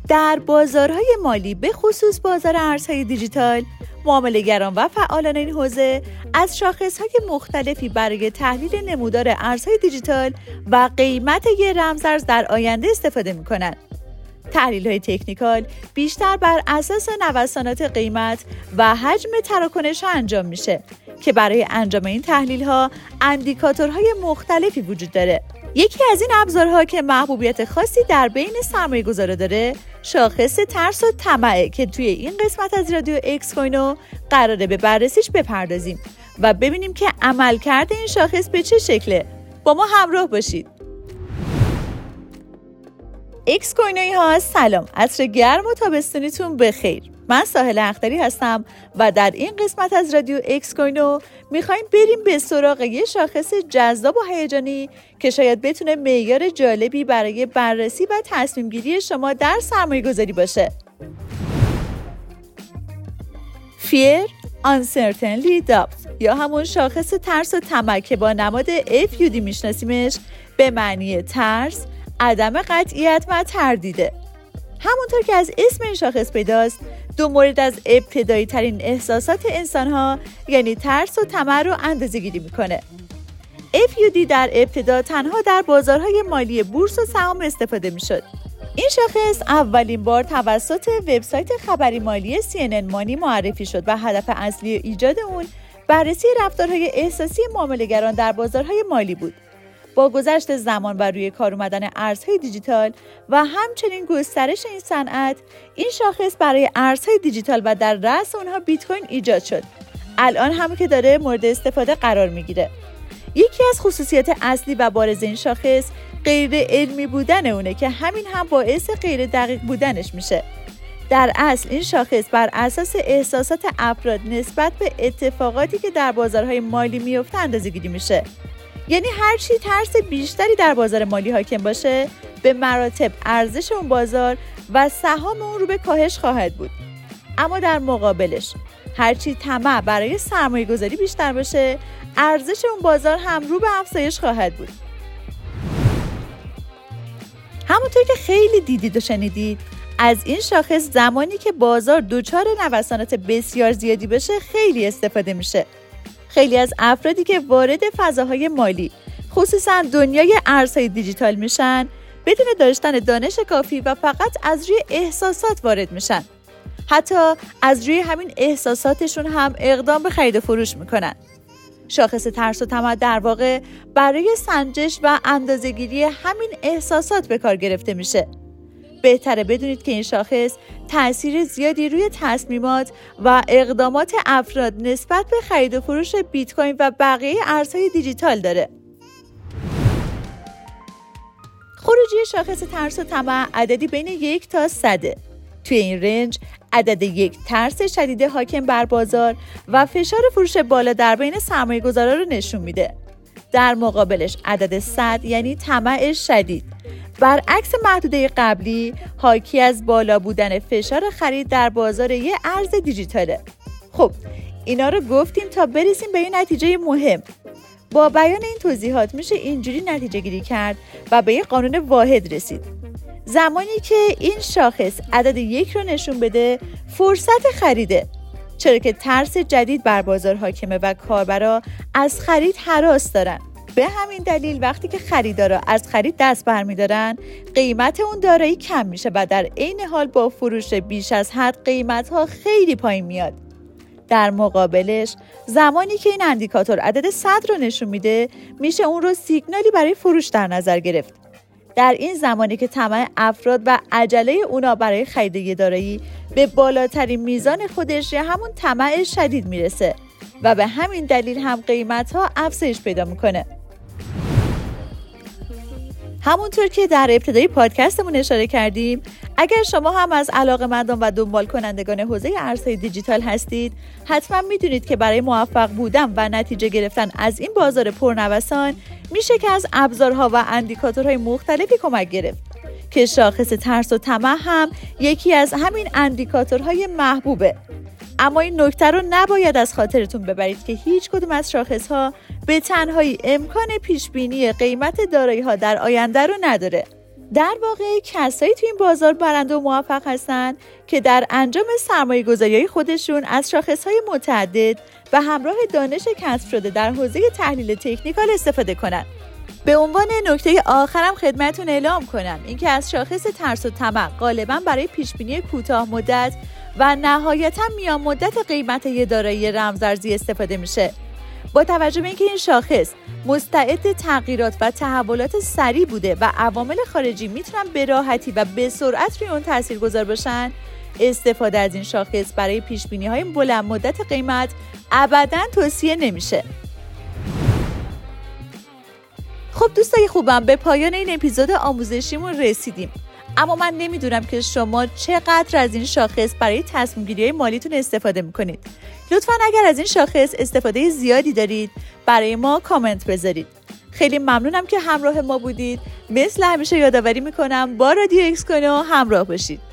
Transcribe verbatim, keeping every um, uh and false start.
در بازارهای مالی به خصوص بازار ارزهای دیجیتال، معامله‌گران و فعالان این حوزه از شاخص‌های مختلفی برای تحلیل نمودار ارزهای دیجیتال و قیمت یک رمزارز در آینده استفاده می‌کنند. تحلیل‌های تکنیکال بیشتر بر اساس نوسانات قیمت و حجم تراکنش‌ها انجام میشه که برای انجام این تحلیل‌ها اندیکاتورهای مختلفی وجود داره. یکی از این ابزارها که محبوبیت خاصی در بین سرمایه‌گذارا داره، شاخص ترس و طمعه که توی این قسمت از رادیو اکس کوینو قراره به بررسیش بپردازیم و ببینیم که عملکرد این شاخص به چه شکله. با ما همراه باشید. اکس کوینویی ها سلام، عصر گرم و تابستونیتون بخیر. من ساحل اختری هستم و در این قسمت از رادیو اکس کوینو میخوایم بریم به سراغ یه شاخص جذاب و هیجانی که شاید بتونه معیار جالبی برای بررسی و تصمیم گیری شما در سرمایه گذاری باشه. Fear, Uncertainty, Doubt یا همون شاخص ترس و طمع که با نماد اف یو دی میشناسیمش، به معنی ترس، عدم قطعیت و تردیده. همونطور که از اسم این شاخص پیداست، دو مورد از ابتدایی ترین احساسات انسان‌ها یعنی ترس و طمع رو اندازه‌گیری میکنه. اف یو دی در ابتدا تنها در بازارهای مالی بورس و سهام استفاده میشد. این شاخص اولین بار توسط وبسایت خبری مالی سی ان ان مانی معرفی شد و هدف اصلی ایجاد اون بررسی رفتارهای احساسی معامله‌گران در بازارهای مالی بود. با گذشت زمان و روی کار اومدن ارزهای دیجیتال و همچنین گسترش این صنعت، این شاخص برای ارزهای دیجیتال و در رأس اونها بیت کوین ایجاد شد. الان هم که داره مورد استفاده قرار میگیره. یکی از خصوصیات اصلی و بارز این شاخص غیر علمی بودن اونه که همین هم باعث غیر دقیق بودنش میشه. در اصل این شاخص بر اساس احساسات افراد نسبت به اتفاقاتی که در بازارهای مالی میفته اندازه‌گیری میشه. یعنی هر چی ترس بیشتری در بازار مالی حاکم باشه، به مراتب ارزش اون بازار و سهام اون رو به کاهش خواهد بود. اما در مقابلش هر چی طمع برای سرمایه گذاری بیشتر باشه، ارزش اون بازار هم رو به افزایش خواهد بود. همونطور که خیلی دیدید و شنیدید، از این شاخص زمانی که بازار دچار نوسانات بسیار زیادی بشه خیلی استفاده میشه. خیلی از افرادی که وارد فضاهای مالی، خصوصا دنیای ارزهای دیجیتال میشن، بدون داشتن دانش کافی و فقط از روی احساسات وارد میشن. حتی از روی همین احساساتشون هم اقدام به خرید و فروش میکنن. شاخص ترس و طمع در واقع برای سنجش و اندازه‌گیری همین احساسات به کار گرفته میشه. بهتره بدونید که این شاخص تأثیر زیادی روی تصمیمات و اقدامات افراد نسبت به خرید و فروش بیت کوین و بقیه ارزهای دیجیتال داره. خروجی شاخص ترس و طمع عددی بین یک تا صده. توی این رنج عدد یک ترس شدید حاکم بر بازار و فشار فروش بالا در بین سرمایه گذارا رو نشون میده. در مقابلش عدد صد یعنی طمع شدید، برعکس محدوده قبلی، حاکی از بالا بودن فشار خرید در بازار یه ارز دیجیتاله. خب اینا رو گفتیم تا برسیم به یه نتیجه مهم. با بیان این توضیحات میشه اینجوری نتیجه گیری کرد و به یه قانون واحد رسید. زمانی که این شاخص عدد یک رو نشون بده، فرصت خریده، چرا که ترس جدید بر بازار حاکمه و کاربرا از خرید هراس دارن. به همین دلیل وقتی که خریدارا از خرید دست برمی‌دارن، قیمت اون دارایی کم میشه و در عین حال با فروش بیش از حد قیمت‌ها خیلی پایین میاد. در مقابلش زمانی که این اندیکاتور عدد صد رو نشون میده، میشه اون رو سیگنالی برای فروش در نظر گرفت. در این زمانی که طمع افراد و عجله اونا برای خرید یه دارایی به بالاترین میزان خودش یا همون طمع شدید میرسه و به همین دلیل هم قیمت‌ها افزایش پیدا میکنه. همونطور که در ابتدای پادکستمون اشاره کردیم، اگر شما هم از علاقه‌مندان و دنبال کنندگان حوزه ارزهای دیجیتال هستید، حتما میدونید که برای موفق بودن و نتیجه گرفتن از این بازار پرنوسان میشه که از ابزارها و اندیکاتورهای مختلفی کمک گرفت که شاخص ترس و طمع هم یکی از همین اندیکاتورهای محبوبه. اما این نکته رو نباید از خاطرتون ببرید که هیچ کدوم از شاخص‌ها به تنهایی امکان پیشبینی قیمت دارایی‌ها در آینده رو نداره. در واقع کسایی تو این بازار برنده و موفق هستن که در انجام سرمایه گذاری خودشون از شاخصهای متعدد و همراه دانش کسب شده در حوزه تحلیل تکنیکال استفاده کنن. به عنوان نکته آخرم خدمتتون اعلام کنم اینکه از شاخص ترس و طمع غالباً برای پیشبینی کوتاه مدت و نهایتاً میان مدت قیمت یه دارایی رمزارزی استفاده میشه. با توجه به اینکه این شاخص مستعد تغییرات و تحولات سریع بوده و عوامل خارجی میتونن به راحتی و به سرعت روی اون تاثیرگذار باشن، استفاده از این شاخص برای پیشبینی‌های بلند مدت قیمت ابداً توصیه نمیشه. خب دوستای خوبم، به پایان این اپیزود آموزشیمون رسیدیم. اما من نمیدونم که شما چقدر از این شاخص برای تصمیم گیری مالیتون استفاده میکنید. لطفاً اگر از این شاخص استفاده زیادی دارید برای ما کامنت بذارید. خیلی ممنونم که همراه ما بودید. مثل همیشه یادآوری میکنم با رادیو اکس کوینو همراه باشید.